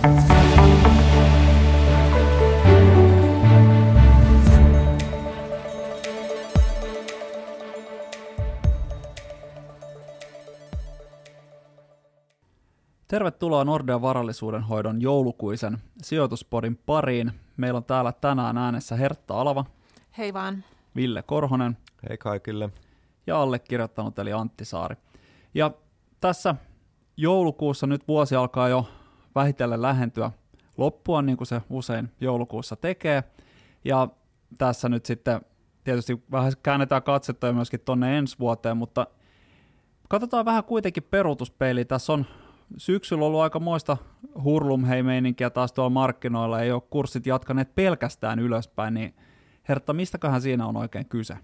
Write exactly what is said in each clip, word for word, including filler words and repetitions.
Tervetuloa Nordean varallisuudenhoidon joulukuisen sijoituspodin pariin. Meillä on täällä tänään äänessä Hertta Alava. Hei vaan. Ville Korhonen. Hei kaikille. Ja allekirjoittanut eli Antti Saari. Ja tässä joulukuussa nyt vuosi alkaa jo vähitellen lähentyä loppua, niin kuin se usein joulukuussa tekee. Ja tässä nyt sitten tietysti vähän käännetään katsetta myöskin tuonne ensi vuoteen, mutta katsotaan vähän kuitenkin peruutuspeiliä. Tässä on syksyllä ollut aika moista hurlumhei-meininkiä taas tuolla markkinoilla, ei ole kurssit jatkaneet pelkästään ylöspäin, niin Hertta, mistäköhän siinä on oikein kyse?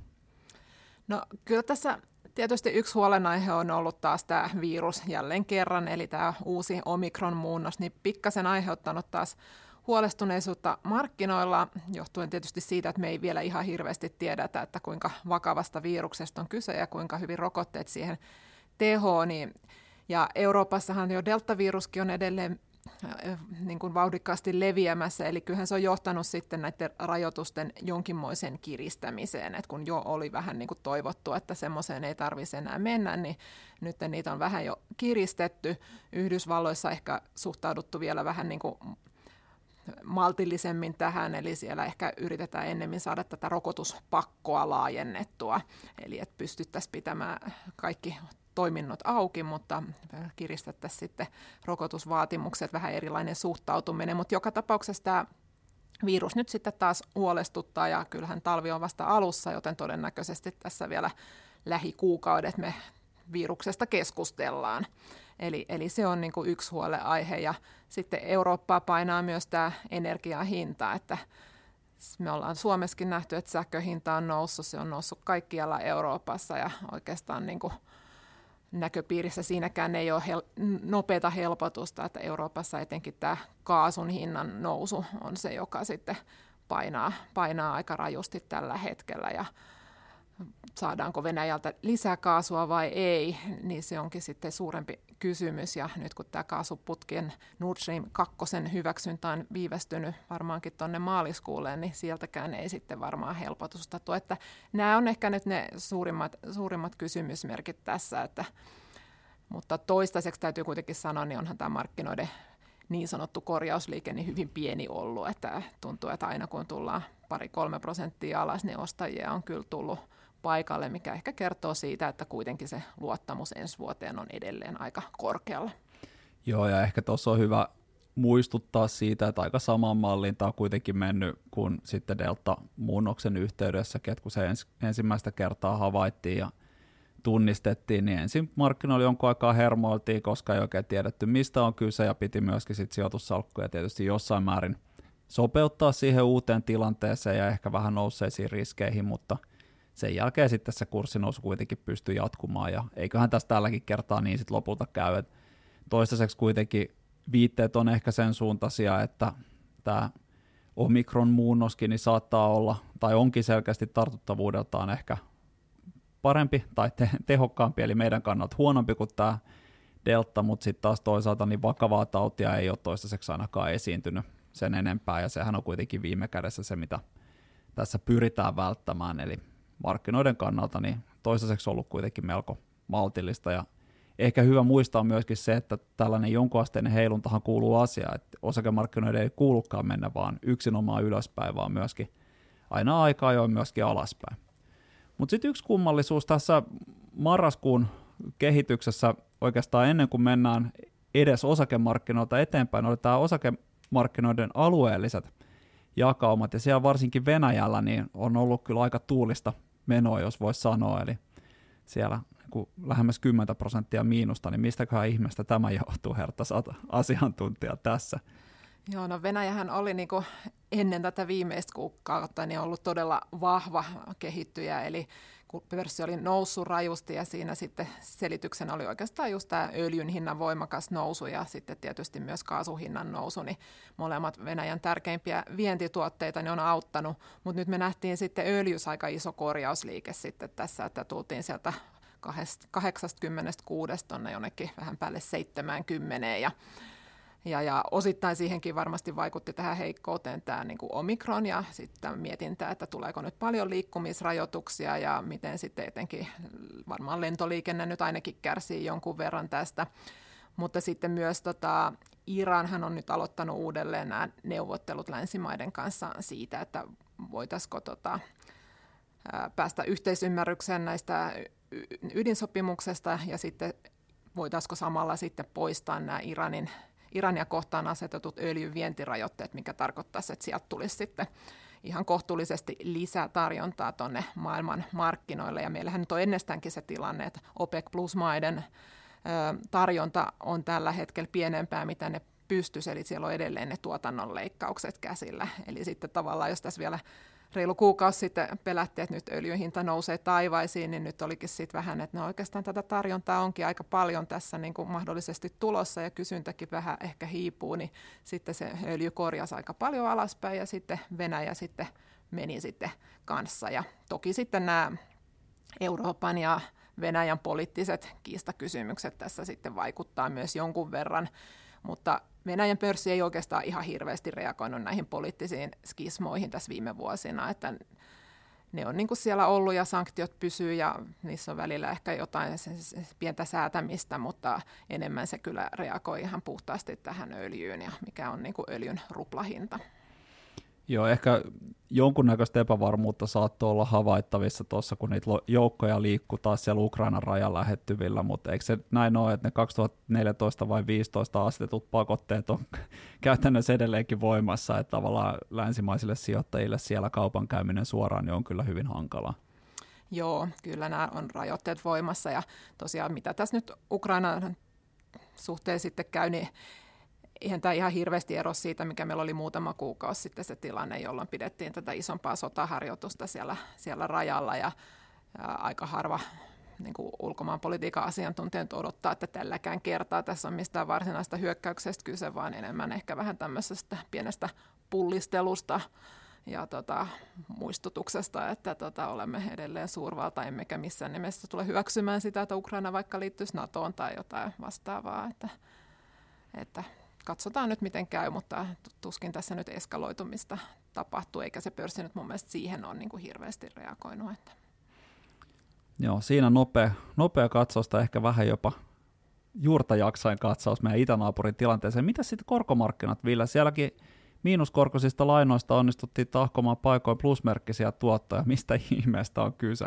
No kyllä tässä tietysti yksi huolenaihe on ollut taas tämä virus jälleen kerran, eli tämä uusi Omikron-muunnos, niin pikkasen aiheuttanut taas huolestuneisuutta markkinoilla, johtuen tietysti siitä, että me ei vielä ihan hirveästi tiedetä, että kuinka vakavasta viruksesta on kyse ja kuinka hyvin rokotteet siihen tehoo, niin ja Euroopassahan jo deltaviruskin on edelleen äh, niin kuin vauhdikkaasti leviämässä, eli kyllähän se on johtanut sitten näiden rajoitusten jonkinmoiseen kiristämiseen, että kun jo oli vähän niin kuin toivottu, että semmoiseen ei tarvitsisi enää mennä, niin nyt niitä on vähän jo kiristetty. Yhdysvalloissa ehkä suhtauduttu vielä vähän niin kuin maltillisemmin tähän, eli siellä ehkä yritetään ennemmin saada tätä rokotuspakkoa laajennettua, eli että pystyttäisiin pitämään kaikki toiminnot auki, mutta kiristettäisiin sitten rokotusvaatimukset, vähän erilainen suhtautuminen, mutta joka tapauksessa tämä virus nyt sitten taas huolestuttaa, ja kyllähän talvi on vasta alussa, joten todennäköisesti tässä vielä lähikuukaudet me viruksesta keskustellaan. Eli, eli se on niin kuin yksi huolenaihe, ja sitten Eurooppaa painaa myös tämä energiahinta, että me ollaan Suomessakin nähty, että sähköhinta on noussut, se on noussut kaikkialla Euroopassa, ja oikeastaan niin kuin näköpiirissä siinäkään ei ole hel- nopeata helpotusta, että Euroopassa etenkin tämä kaasun hinnan nousu on se, joka sitten painaa, painaa aika rajusti tällä hetkellä, ja saadaanko Venäjältä lisää kaasua vai ei, niin se onkin sitten suurempi kysymys, ja nyt kun tämä kaasuputkien Nord Stream kaksi hyväksyntä on viivästynyt varmaankin tuonne maaliskuulle, niin sieltäkään ei sitten varmaan helpotusta tule, että nämä on ehkä nyt ne suurimmat, suurimmat kysymysmerkit tässä, että, mutta toistaiseksi täytyy kuitenkin sanoa, niin onhan tämä markkinoiden niin sanottu korjausliike niin hyvin pieni ollut, että tuntuu, että aina kun tullaan pari-kolme prosenttia alas, niin ostajia on kyllä tullut paikalle, mikä ehkä kertoo siitä, että kuitenkin se luottamus ensi vuoteen on edelleen aika korkealla. Joo, ja ehkä tuossa on hyvä muistuttaa siitä, että aika samaan malliin tämä on kuitenkin mennyt kuin sitten Delta-muunnoksen yhteydessäkin, että kun se ens, ensimmäistä kertaa havaittiin ja tunnistettiin, niin ensin markkinoilla jonkun aikaa hermoiltiin, koska ei oikein tiedetty, mistä on kyse, ja piti myöskin sit sijoitussalkkuja tietysti jossain määrin sopeuttaa siihen uuteen tilanteeseen ja ehkä vähän nousseisiin riskeihin, mutta sen jälkeen sitten se kurssinousu kuitenkin pystyy jatkumaan, ja eiköhän tässä tälläkin kertaa niin sitten lopulta käy, että toistaiseksi kuitenkin viitteet on ehkä sen suuntaisia, että tämä Omikron-muunnoskin niin saattaa olla, tai onkin selkeästi tartuttavuudeltaan ehkä parempi tai te- tehokkaampi, eli meidän kannalta huonompi kuin tämä Delta, mutta sitten taas toisaalta niin vakavaa tautia ei ole toistaiseksi ainakaan esiintynyt sen enempää, ja sehän on kuitenkin viime kädessä se, mitä tässä pyritään välttämään, eli markkinoiden kannalta niin toistaiseksi ollut kuitenkin melko maltillista, ja ehkä hyvä muistaa myöskin se, että tällainen jonkunasteinen heiluntahan kuuluu asiaan, että osakemarkkinoiden ei kuulukaan mennä vaan yksinomaan ylöspäin, vaan myöskin aina aika ajoin myöskin alaspäin. Mutta sitten yksi kummallisuus tässä marraskuun kehityksessä oikeastaan ennen kuin mennään edes osakemarkkinoilta eteenpäin, oli tämä osakemarkkinoiden alueelliset jakaumat, ja siellä varsinkin Venäjällä niin on ollut kyllä aika tuulista menoa, jos voisi sanoa, eli siellä kun lähemmäs kymmenen prosenttia miinusta, niin mistäköhän ihmeestä tämä johtuu, Hertta, sä oot asiantuntija tässä? Joo, no Venäjähän oli niin kuin ennen tätä viimeistä kuukautta niin ollut todella vahva kehittyjä, eli kun pörssi oli noussut rajusti, ja siinä sitten selityksenä oli oikeastaan just tämä öljyn hinnan voimakas nousu ja sitten tietysti myös kaasuhinnan nousu, niin molemmat Venäjän tärkeimpiä vientituotteita ne on auttanut, mutta nyt me nähtiin sitten öljyssä aika iso korjausliike sitten tässä, että tultiin sieltä kahdeksankymmentäkuusi tonne jonnekin vähän päälle seitsemänkymmentä, ja Ja, ja osittain siihenkin varmasti vaikutti tähän heikkouteen tämä niin kuin Omikron ja sitten mietintä, että tuleeko nyt paljon liikkumisrajoituksia ja miten sitten etenkin varmaan lentoliikenne nyt ainakin kärsii jonkun verran tästä. Mutta sitten myös tota, Iranhan on nyt aloittanut uudelleen nämä neuvottelut länsimaiden kanssa siitä, että voitaisiko tota, päästä yhteisymmärrykseen näistä ydinsopimuksesta ja sitten voitaisiko samalla sitten poistaa nämä Iranin, Irania kohtaan asetetut öljyn vientirajoitteet, mikä tarkoittaisi, että sieltä tulisi sitten ihan kohtuullisesti lisää tarjontaa tuonne maailman markkinoille. Ja meillähän nyt on ennestäänkin se tilanne, että OPEC plus-maiden tarjonta on tällä hetkellä pienempää, mitä ne pystyisi, eli siellä on edelleen ne tuotannon leikkaukset käsillä. Eli sitten tavallaan, jos tässä vielä reilu kuukausi sitten pelättiin, että nyt öljyn hinta nousee taivaisiin, niin nyt olikin sitten vähän, että no oikeastaan tätä tarjontaa onkin aika paljon tässä niin kuin mahdollisesti tulossa ja kysyntäkin vähän ehkä hiipuu, niin sitten se öljy korjasi aika paljon alaspäin ja sitten Venäjä sitten meni sitten kanssa. Ja toki sitten nämä Euroopan ja Venäjän poliittiset kiistakysymykset tässä sitten vaikuttaa myös jonkun verran, mutta Venäjän pörssi ei oikeastaan ihan hirveästi reagoinut näihin poliittisiin skismoihin tässä viime vuosina, että ne on niin kuin siellä ollut ja sanktiot pysyy ja niissä on välillä ehkä jotain pientä säätämistä, mutta enemmän se kyllä reagoi ihan puhtaasti tähän öljyyn ja mikä on niin kuin öljyn ruplahinta. Joo, ehkä jonkunnäköistä epävarmuutta saattoi olla havaittavissa tuossa, kun niitä joukkoja liikkuu taas siellä Ukrainan rajan lähettyvillä, mutta eikö se näin ole, että ne kaksituhattaneljätoista vai viisitoista asetetut pakotteet on käytännössä edelleenkin voimassa, että tavallaan länsimaisille sijoittajille siellä kaupan käyminen suoraan niin on kyllä hyvin hankalaa. Joo, kyllä nämä on rajoitteet voimassa ja tosiaan mitä tässä nyt Ukrainan suhteen sitten käy, niin eihän tämä ihan hirveästi ero siitä, mikä meillä oli muutama kuukausi sitten se tilanne, jolloin pidettiin tätä isompaa sotaharjoitusta siellä, siellä rajalla ja, ja aika harva niin kuin ulkomaanpolitiikan asiantuntijat odottaa, että tälläkään kertaa tässä on mistään varsinaista hyökkäyksestä kyse, vaan enemmän ehkä vähän tämmöisestä pienestä pullistelusta ja tota, muistutuksesta, että tota, olemme edelleen suurvalta, emmekä missään nimessä tule hyväksymään sitä, että Ukraina vaikka liittyisi NATOon tai jotain vastaavaa, että, että katsotaan nyt miten käy, mutta tuskin tässä nyt eskaloitumista tapahtuu, eikä se pörssi nyt mun mielestä siihen ole niin kuin hirveästi reagoinut. Että. Joo, siinä nopea, nopea katsausta, ehkä vähän jopa juurta jaksain katsaus meidän itänaapurin tilanteeseen. Mitä sitten korkomarkkinat, Ville? Sielläkin miinuskorkoisista lainoista onnistuttiin tahkomaan paikoin plusmerkkisiä tuottoja. Mistä ihmeestä on kyse?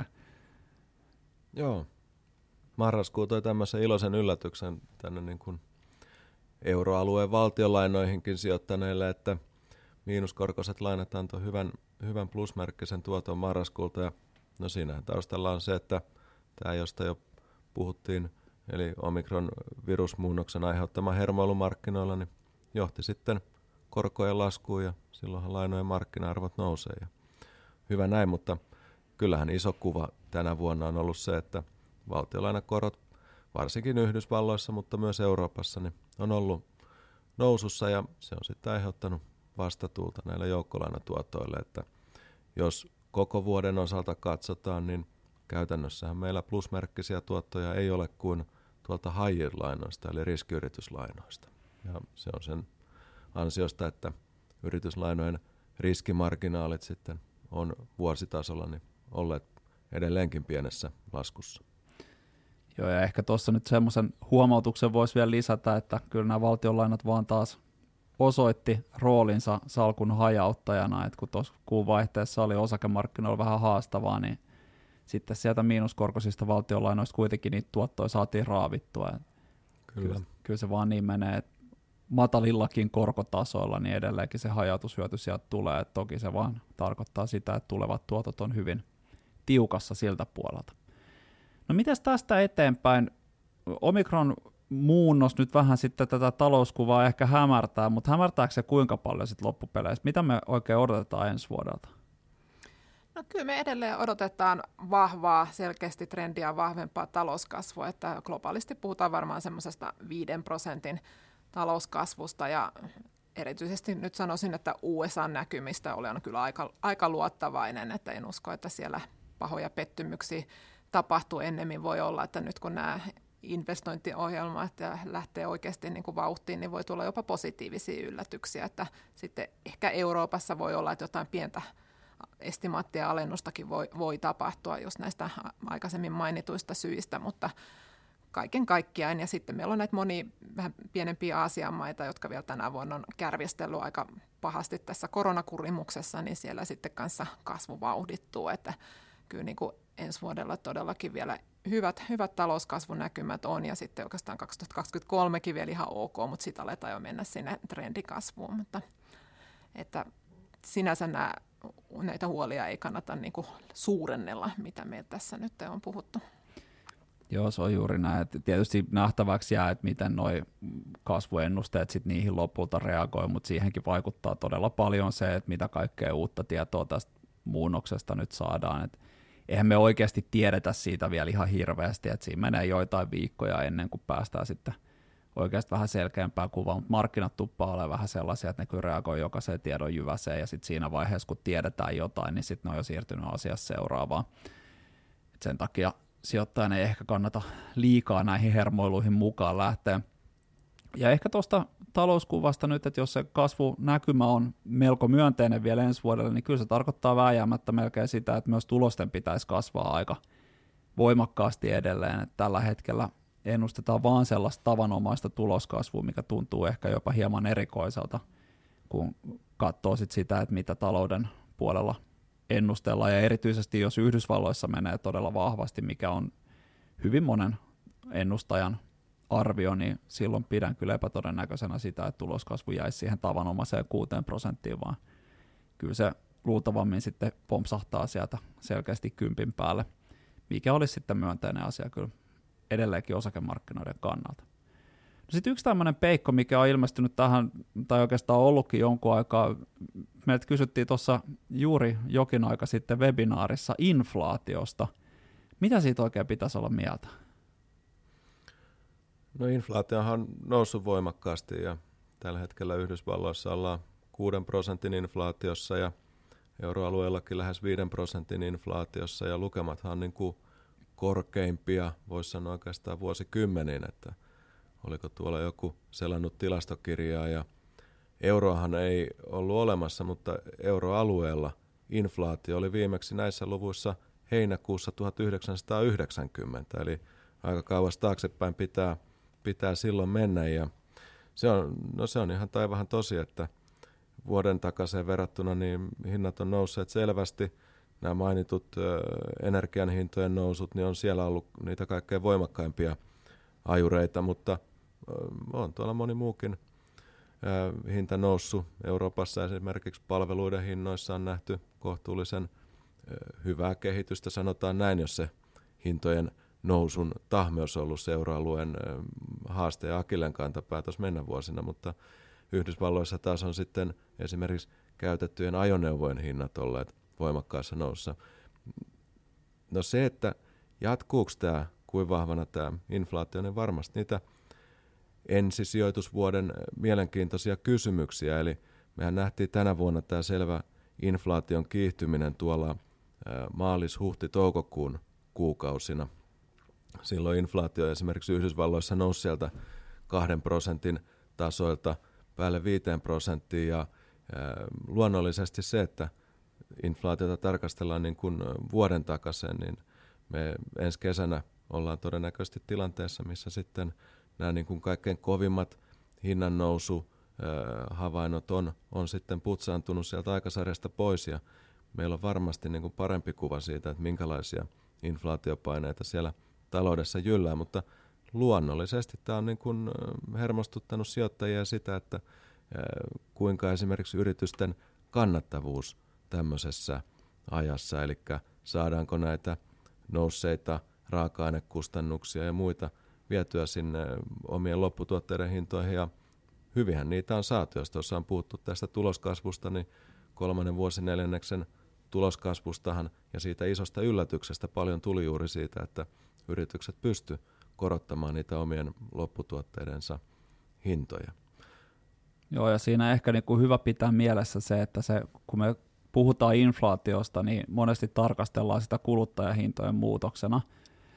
Joo, marraskuu toi tämmöisen iloisen yllätyksen tänne niin kuin euroalueen valtionlainoihinkin sijoittaneille, että miinuskorkoiset lainat antoi hyvän, hyvän plusmerkkisen tuoton marraskuulta. Ja no siinähän taustalla on se, että tämä, josta jo puhuttiin, eli Omikron virusmuunnoksen aiheuttama hermoilu markkinoilla, niin johti sitten korkojen laskuun ja silloinhan lainojen markkina-arvot nousee. Ja hyvä näin, mutta kyllähän iso kuva tänä vuonna on ollut se, että valtiolainakorot varsinkin Yhdysvalloissa, mutta myös Euroopassa, niin on ollut nousussa ja se on sitten aiheuttanut vastatuulta näille joukkolainatuotoille, että jos koko vuoden osalta katsotaan, niin käytännössähän meillä plusmerkkisiä tuottoja ei ole kuin tuolta high yield-lainoista, eli riskiyrityslainoista. Ja se on sen ansiosta, että yrityslainojen riskimarginaalit sitten on vuositasolla niin olleet edelleenkin pienessä laskussa. Joo, ja ehkä tuossa nyt semmoisen huomautuksen voisi vielä lisätä, että kyllä nämä valtionlainat vaan taas osoitti roolinsa salkun hajauttajana, että kun tuossa kuun vaihteessa oli osakemarkkinoilla vähän haastavaa, niin sitten sieltä miinuskorkoisista valtionlainoista kuitenkin niitä tuottoja saatiin raavittua. Kyllä. Kyllä, kyllä se vaan niin menee, että matalillakin korkotasoilla niin edelleenkin se hajautushyöty sieltä tulee. Et toki se vaan tarkoittaa sitä, että tulevat tuotot on hyvin tiukassa siltä puolelta. No mitäs tästä eteenpäin? Omikron muunnos nyt vähän sitten tätä talouskuvaa ehkä hämärtää, mutta hämärtääkö se kuinka paljon sitten loppupeleissä? Mitä me oikein odotetaan ensi vuodelta? No kyllä me edelleen odotetaan vahvaa, selkeästi trendiä vahvempaa talouskasvua, että globaalisti puhutaan varmaan semmoisesta viiden prosentin talouskasvusta ja erityisesti nyt sanoisin, että U S A-näkymistä olen kyllä aika, aika luottavainen, että en usko, että siellä pahoja pettymyksiä tapahtuu ennemmin. Voi olla, että nyt kun nämä investointiohjelma, että lähtee oikeasti niin kuin vauhtiin, niin voi tulla jopa positiivisia yllätyksiä, että sitten ehkä Euroopassa voi olla, että jotain pientä estimaattia alennustakin voi, voi tapahtua just näistä aikaisemmin mainituista syistä, mutta kaiken kaikkiaan. Ja sitten meillä on näitä monia vähän pienempiä Aasian maita, jotka vielä tänä vuonna on kärvistellyt aika pahasti tässä koronakurimuksessa, niin siellä sitten kanssa kasvu vauhdittuu, että kyllä niin kuin ensi vuodella todellakin vielä hyvät, hyvät talouskasvunäkymät on, ja sitten oikeastaan kaksituhattakaksikymmentäkolmekin vielä ihan ok, mutta sitten aletaan jo mennä sinne trendikasvuun, mutta että sinänsä nämä, näitä huolia ei kannata niin kuin suurennella, mitä meillä tässä nyt on puhuttu. Joo, se on juuri näin. Että tietysti nähtäväksi jää, että miten nuo kasvuennusteet sit niihin lopulta reagoi, mutta siihenkin vaikuttaa todella paljon se, että mitä kaikkea uutta tietoa tästä muunnoksesta nyt saadaan. Et eihän me oikeasti tiedetä siitä vielä ihan hirveästi, että siinä menee joitain viikkoja ennen kuin päästään sitten oikeasti vähän selkeämpää kuvaa, mutta markkinat tuppaa olemaan vähän sellaisia, että ne kyllä reagoi jokaiseen tiedon jyväseen, ja sitten siinä vaiheessa, kun tiedetään jotain, niin sitten ne on jo siirtynyt asiassa seuraavaan. Et sen takia sijoittajan ei ehkä kannata liikaa näihin hermoiluihin mukaan lähteä. Ja ehkä tuosta talouskuvasta nyt, että jos se kasvunäkymä on melko myönteinen vielä ensi vuodelle, niin kyllä se tarkoittaa vääjäämättä melkein sitä, että myös tulosten pitäisi kasvaa aika voimakkaasti edelleen. Että tällä hetkellä ennustetaan vaan sellaista tavanomaista tuloskasvua, mikä tuntuu ehkä jopa hieman erikoiselta, kun katsoo sit sitä, että mitä talouden puolella ennustellaan, ja erityisesti jos Yhdysvalloissa menee todella vahvasti, mikä on hyvin monen ennustajan arvio, niin silloin pidän kyllä epätodennäköisenä sitä, että tuloskasvu jäisi siihen tavanomaiseen kuuteen prosenttiin, vaan kyllä se luultavammin sitten pompsahtaa sieltä selkeästi kympin päälle, mikä olisi sitten myönteinen asia kyllä edelleenkin osakemarkkinoiden kannalta. No sitten yksi tämmöinen peikko, mikä on ilmestynyt tähän, tai oikeastaan ollutkin jonkun aikaa, meiltä kysyttiin tuossa juuri jokin aika sitten webinaarissa inflaatiosta. Mitä siitä oikein pitäisi olla mieltä? No inflaatiohan on noussut voimakkaasti, ja tällä hetkellä Yhdysvalloissa ollaan kuuden prosentin inflaatiossa ja euroalueellakin lähes viiden prosentin inflaatiossa, ja lukemathan on niin kuin korkeimpia, voisi sanoa oikeastaan vuosikymmeniin, että oliko tuolla joku selannut tilastokirjaa, ja euroahan ei ollut olemassa, mutta euroalueella inflaatio oli viimeksi näissä luvuissa heinäkuussa tuhatyhdeksänsataayhdeksänkymmentä, eli aika kauas taaksepäin pitää, pitää silloin mennä, ja se on, no se on ihan taivahan tosi, että vuoden takaisin verrattuna niin hinnat on nousseet selvästi. Nämä mainitut ö, energian hintojen nousut, niin on siellä ollut niitä kaikkein voimakkaimpia ajureita, mutta ö, on tuolla moni muukin ö, hinta noussut. Euroopassa esimerkiksi palveluiden hinnoissa on nähty kohtuullisen ö, hyvää kehitystä, sanotaan näin, jos se hintojen nousun tahmeus on ollut euroalueen ö, haaste ja akilleenkantapää tuossa mennä vuosina, mutta Yhdysvalloissa taas on sitten esimerkiksi käytettyjen ajoneuvojen hinnat olleet voimakkaassa nousussa. No se, että jatkuuko tämä, kuin vahvana tämä inflaatio, niin varmasti niitä ensisijoitusvuoden mielenkiintoisia kysymyksiä. Eli mehän nähtiin tänä vuonna tämä selvä inflaation kiihtyminen tuolla maalis-, huhti-, toukokuun kuukausina. Silloin inflaatio esimerkiksi Yhdysvalloissa nousi sieltä kahden prosentin tasoilta päälle viiteen prosenttiin, ja luonnollisesti se, että inflaatiota tarkastellaan niin kuin vuoden takaisin, niin me ensi kesänä ollaan todennäköisesti tilanteessa, missä sitten nämä niin kuin kaikkein kovimmat hinnannousu havainnot on, on sitten putsaantunut sieltä aikasarjasta pois, ja meillä on varmasti niin kuin parempi kuva siitä, että minkälaisia inflaatiopaineita siellä taloudessa jyllää, mutta luonnollisesti tämä on niin kuin hermostuttanut sijoittajia sitä, että kuinka esimerkiksi yritysten kannattavuus tämmöisessä ajassa, eli saadaanko näitä nousseita raaka-ainekustannuksia ja muita vietyä sinne omien lopputuotteiden hintoihin, ja hyvinhän niitä on saatu. Jos tuossa on puhuttu tästä tuloskasvusta, niin kolmannen vuosineljänneksen tuloskasvustahan ja siitä isosta yllätyksestä paljon tuli juuri siitä, että yritykset pysty korottamaan niitä omien lopputuotteidensa hintoja. Joo, ja siinä ehkä niin kuin hyvä pitää mielessä se, että se, kun me puhutaan inflaatiosta, niin monesti tarkastellaan sitä kuluttajahintojen muutoksena,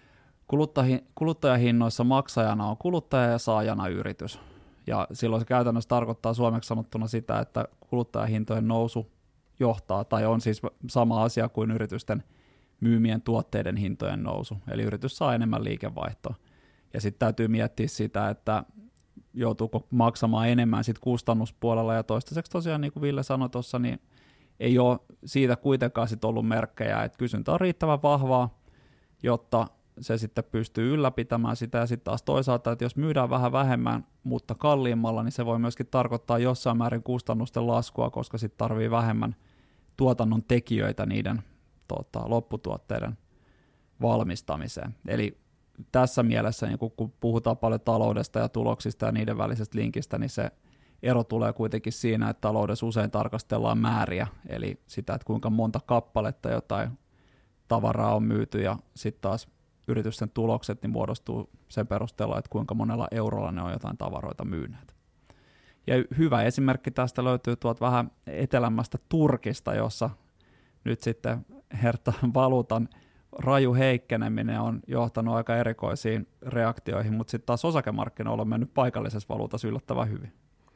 kuluttajahinnoissa maksajana on kuluttaja ja saajana yritys. Ja silloin se käytännössä tarkoittaa suomeksi sanottuna sitä, että kuluttajahintojen nousu johtaa, tai on siis sama asia kuin yritysten myymien tuotteiden hintojen nousu. Eli yritys saa enemmän liikevaihtoa. Ja sitten täytyy miettiä sitä, että joutuuko maksamaan enemmän sit kustannuspuolella, ja toistaiseksi tosiaan, niin kuin Ville sanoi tuossa, niin ei ole siitä kuitenkaan sit ollut merkkejä, että kysyntä on riittävän vahvaa, jotta se sitten pystyy ylläpitämään sitä, ja sitten taas toisaalta, että jos myydään vähän vähemmän, mutta kalliimmalla, niin se voi myöskin tarkoittaa jossain määrin kustannusten laskua, koska sitten tarvii vähemmän tuotannon tekijöitä niiden tota, lopputuotteiden valmistamiseen. Eli tässä mielessä, niin kun puhutaan paljon taloudesta ja tuloksista ja niiden välisestä linkistä, niin se ero tulee kuitenkin siinä, että taloudessa usein tarkastellaan määriä, eli sitä, että kuinka monta kappaletta jotain tavaraa on myyty, ja sitten taas yritysten tulokset niin muodostuu sen perusteella, että kuinka monella eurolla ne on jotain tavaroita myyneet. Ja hyvä esimerkki tästä löytyy tuolta vähän etelämmästä Turkista, jossa nyt sitten herta valuutan raju heikkeneminen on johtanut aika erikoisiin reaktioihin, mutta sitten taas osakemarkkinoilla on mennyt paikallisessa valuutassa yllättävän hyvin.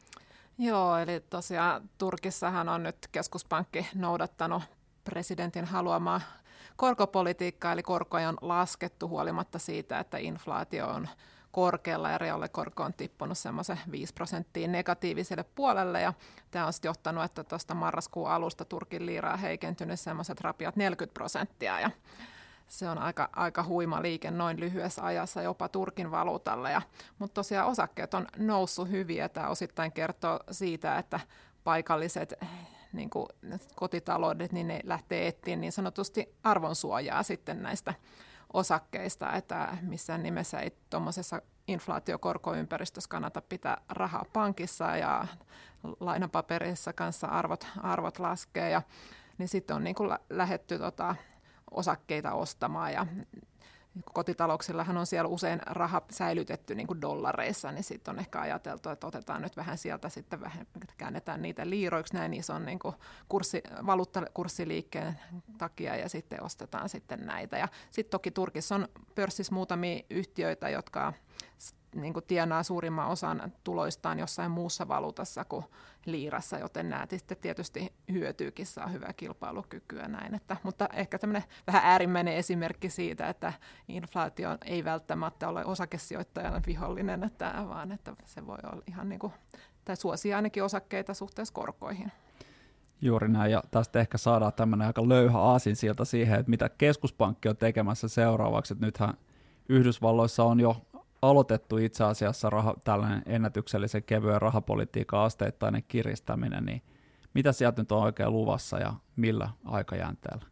Joo, eli tosiaan Turkissahan on nyt keskuspankki noudattanut presidentin haluamaa korkopolitiikkaa, eli korkoja on laskettu huolimatta siitä, että inflaatio on korkealla ja reaalikorko on tippunut semmoisen viisi prosenttia negatiiviselle puolelle, ja tämä on sitten johtanut, että tuosta marraskuun alusta Turkin liira on heikentynyt semmoiset rapiat neljäkymmentä prosenttia, ja se on aika, aika huima liike noin lyhyessä ajassa jopa Turkin valuutalle, ja, mutta tosiaan osakkeet on noussut hyvin, ja tämä osittain kertoo siitä, että paikalliset niin kuin kotitaloudet, niin ne lähtee etsiä niin sanotusti arvonsuojaa sitten näistä osakkeista, että missään nimessä ei tuommoisessa inflaatiokorkoympäristössä kannata pitää rahaa pankissa, ja lainapaperissa kanssa arvot, arvot laskee, ja niin sitten on niin kuin lähdetty tota, osakkeita ostamaan, ja kotitalouksillahan on siellä usein raha säilytetty niin kuin dollareissa, niin sitten on ehkä ajateltu, että otetaan nyt vähän sieltä, sitten vähän käännetään niitä liiroiksi näin ison niin kuin kurssi, valuuttakurssiliikkeen takia, ja sitten ostetaan sitten näitä. Ja sitten toki Turkissa on pörssissä muutamia yhtiöitä, jotka niin kuin tienaa suurimman osan tuloistaan jossain muussa valuutassa kuin liirassa, joten nämä tietysti hyötyykin, saa hyvää kilpailukykyä näin. Että, mutta ehkä tämmöinen vähän äärimmäinen esimerkki siitä, että inflaatio ei välttämättä ole osakesijoittajan vihollinen, että, vaan että se voi olla ihan niin kuin, tai suosia ainakin osakkeita suhteessa korkoihin. Juuri näin, ja tästä ehkä saadaan tämmöinen aika löyhä aasinsilta siihen, että mitä keskuspankki on tekemässä seuraavaksi, että nythän Yhdysvalloissa on jo aloitettu itse asiassa raha, tällainen ennätyksellisen kevyen rahapolitiikan asteittainen kiristäminen, niin mitä sieltä nyt on oikein luvassa ja millä aikajänteellä?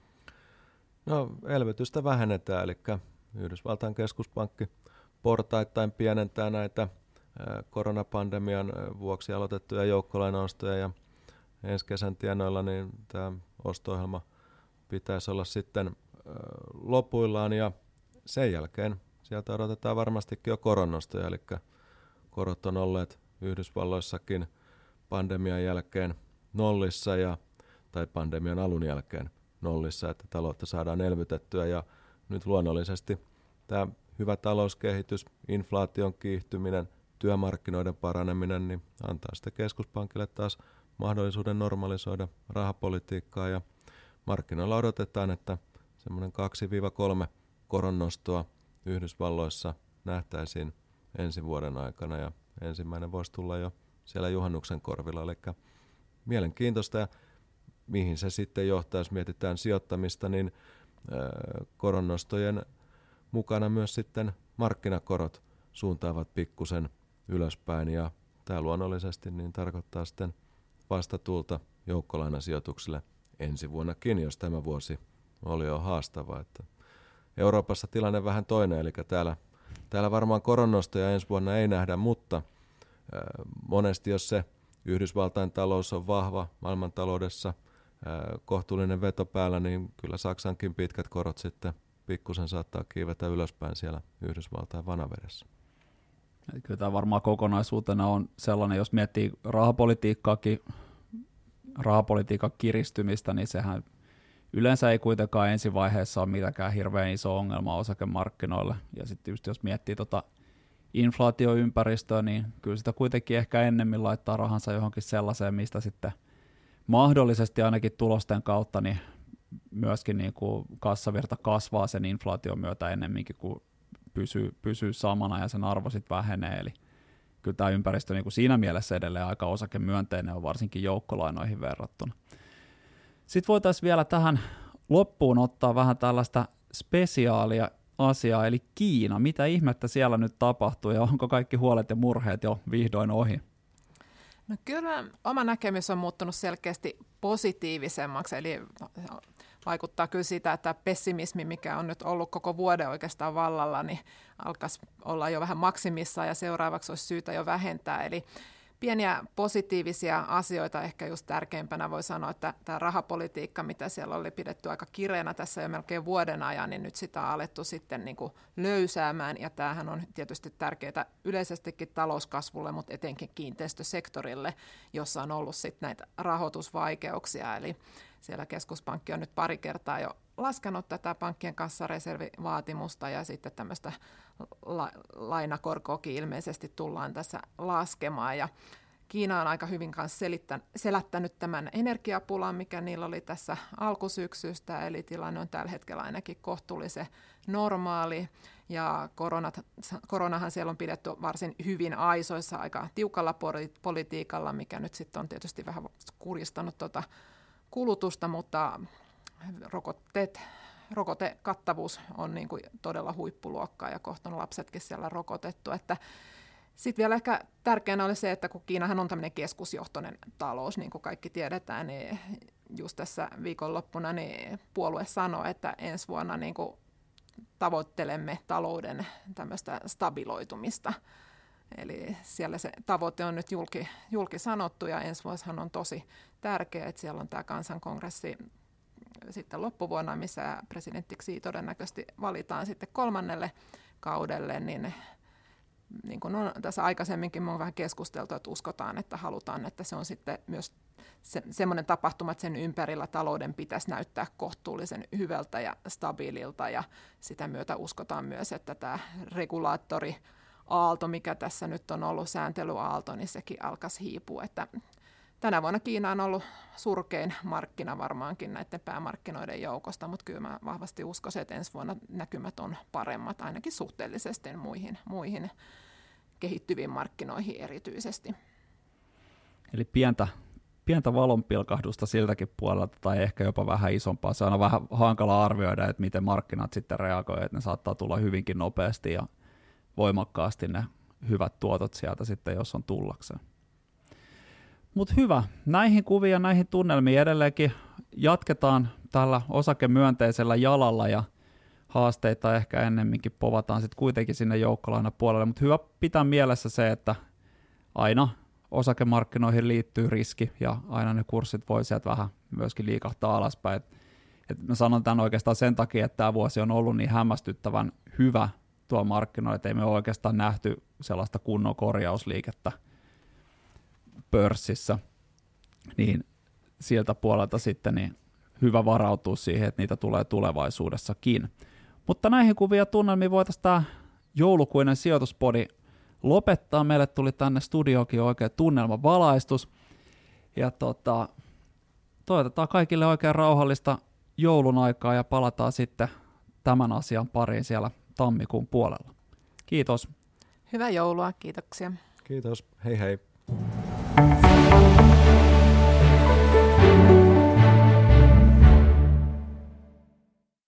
No elvytystä vähennetään, eli Yhdysvaltain keskuspankki portaittain pienentää näitä koronapandemian vuoksi aloitettuja joukkolainaostoja, ja ensi kesän tienoilla niin tämä osto-ohjelma pitäisi olla sitten lopuillaan, ja sen jälkeen sieltä odotetaan varmastikin jo koronnostoja, eli korot on olleet Yhdysvalloissakin pandemian jälkeen nollissa, ja, tai pandemian alun jälkeen nollissa, että taloutta saadaan elvytettyä, ja nyt luonnollisesti tämä hyvä talouskehitys, inflaation kiihtyminen, työmarkkinoiden paraneminen, niin antaa sitten keskuspankille taas mahdollisuuden normalisoida rahapolitiikkaa, ja markkinoilla odotetaan, että semmoinen kaksi kolme koronnostoa Yhdysvalloissa nähtäisiin ensi vuoden aikana, ja ensimmäinen voisi tulla jo siellä juhannuksen korvilla, eli mielenkiintoista, ja mihin se sitten johtaa, jos mietitään sijoittamista, niin koronnostojen mukana myös sitten markkinakorot suuntaavat pikkusen ylöspäin, ja tämä luonnollisesti niin tarkoittaa sitten vastatulta joukkolainasijoituksille ensi vuonnakin, jos tämä vuosi oli jo haastava. Että Euroopassa tilanne vähän toinen, eli täällä, täällä varmaan koronnostoja ensi vuonna ei nähdä, mutta äh, monesti jos se Yhdysvaltain talous on vahva maailmantaloudessa, äh, kohtuullinen veto päällä, niin kyllä Saksankin pitkät korot sitten pikkusen saattaa kiivetä ylöspäin siellä Yhdysvaltain vanavedessä. Kyllä tämä varmaan kokonaisuutena on sellainen, jos miettii rahapolitiikkaakin, rahapolitiikan kiristymistä, niin sehän yleensä ei kuitenkaan ensivaiheessa ole mitenkään hirveän iso ongelma osakemarkkinoille. Ja sitten just jos miettii tota inflaatioympäristöä, niin kyllä sitä kuitenkin ehkä ennemmin laittaa rahansa johonkin sellaiseen, mistä sitten mahdollisesti ainakin tulosten kautta niin myöskin niin kuin kassavirta kasvaa sen inflaation myötä ennemminkin, kuin pysyy, pysyy samana ja sen arvo sitten vähenee. Eli kyllä tämä ympäristö niin kuin siinä mielessä edelleen aika osakemyönteinen on varsinkin joukkolainoihin verrattuna. Sitten voitaisiin vielä tähän loppuun ottaa vähän tällaista spesiaalia asiaa, eli Kiina. Mitä ihmettä siellä nyt tapahtuu ja onko kaikki huolet ja murheet jo vihdoin ohi? No kyllä oma näkemys on muuttunut selkeästi positiivisemmaksi, eli vaikuttaa kyllä sitä, että pessimismi, mikä on nyt ollut koko vuoden oikeastaan vallalla, niin alkaisi olla jo vähän maksimissa ja seuraavaksi olisi syytä jo vähentää. Eli pieniä positiivisia asioita, ehkä just tärkeimpänä voi sanoa, että tämä rahapolitiikka, mitä siellä oli pidetty aika kireänä tässä jo melkein vuoden ajan, niin nyt sitä on alettu sitten niin kuin löysäämään, ja tämähän on tietysti tärkeää yleisestikin talouskasvulle, mutta etenkin kiinteistösektorille, jossa on ollut sitten näitä rahoitusvaikeuksia, eli siellä keskuspankki on nyt pari kertaa jo laskenut tätä pankkien kassareservivaatimusta ja sitten tämmöistä la- lainakorkoakin ilmeisesti tullaan tässä laskemaan. Ja Kiina on aika hyvin kanssa selittä- selättänyt tämän energiapulan, mikä niillä oli tässä alkusyksystä, eli tilanne on tällä hetkellä ainakin kohtuullisen normaali. Ja koronat, koronahan siellä on pidetty varsin hyvin aisoissa aika tiukalla politiikalla, mikä nyt sitten on tietysti vähän kuristanut tuota kulutusta, mutta rokotteet, rokotekattavuus on niin kuin todella huippuluokkaa ja kohta on lapsetkin siellä rokotettu. Sitten vielä ehkä tärkeänä oli se, että kun Kiinahan on tämmöinen keskusjohtoinen talous, niin kuin kaikki tiedetään, niin just tässä viikonloppuna niin puolue sanoi, että ensi vuonna niin kuin tavoittelemme talouden tämmöistä stabiloitumista. Eli siellä se tavoite on nyt julki, julki sanottu ja ensi vuosihan on tosi tärkeä, että siellä on tämä kansankongressi sitten loppuvuonna, missä presidentti Xi todennäköisesti valitaan sitten kolmannelle kaudelle, niin niin kuin on tässä aikaisemminkin me on vähän keskusteltu, että uskotaan, että halutaan, että se on sitten myös se, semmoinen tapahtuma, että sen ympärillä talouden pitäisi näyttää kohtuullisen hyvältä ja stabiililta ja sitä myötä uskotaan myös, että tämä regulaattori aalto, mikä tässä nyt on ollut sääntelyaalto, niin sekin alkaisi hiipua. Että tänä vuonna Kiina on ollut surkein markkina varmaankin näiden päämarkkinoiden joukosta, mutta kyllä mä vahvasti uskoisin, että ensi vuonna näkymät on paremmat, ainakin suhteellisesti muihin, muihin kehittyviin markkinoihin erityisesti. Eli pientä, pientä valonpilkahdusta siltäkin puolelta tai ehkä jopa vähän isompaa. Se on vähän hankala arvioida, että miten markkinat sitten reagoivat, että ne saattaa tulla hyvinkin nopeasti ja voimakkaasti ne hyvät tuotot sieltä sitten, jos on tullakseen. Mutta hyvä, näihin kuviin ja näihin tunnelmiin edelleenkin jatketaan tällä osakemyönteisellä jalalla ja haasteita ehkä ennemminkin povataan sitten kuitenkin sinne joukkolainapuolelle, mutta hyvä pitää mielessä se, että aina osakemarkkinoihin liittyy riski ja aina ne kurssit voi sieltä vähän myöskin liikahtaa alaspäin. Et mä sanon tämän oikeastaan sen takia, että tämä vuosi on ollut niin hämmästyttävän hyvä tuo markkinoilla, että ei me oikeastaan nähty sellaista kunnon korjausliikettä pörssissä, niin sieltä puolelta sitten niin hyvä varautua siihen, että niitä tulee tulevaisuudessakin. Mutta näihin kuvia tunnelmiin voitaisiin tämä joulukuinen sijoituspodi lopettaa. Meille tuli tänne studioonkin oikein tunnelmavalaistus. Ja tota, toivotetaan kaikille oikein rauhallista joulun aikaa ja palataan sitten tämän asian pariin siellä tammikuun puolella. Kiitos. Hyvää joulua, kiitoksia. Kiitos, hei hei.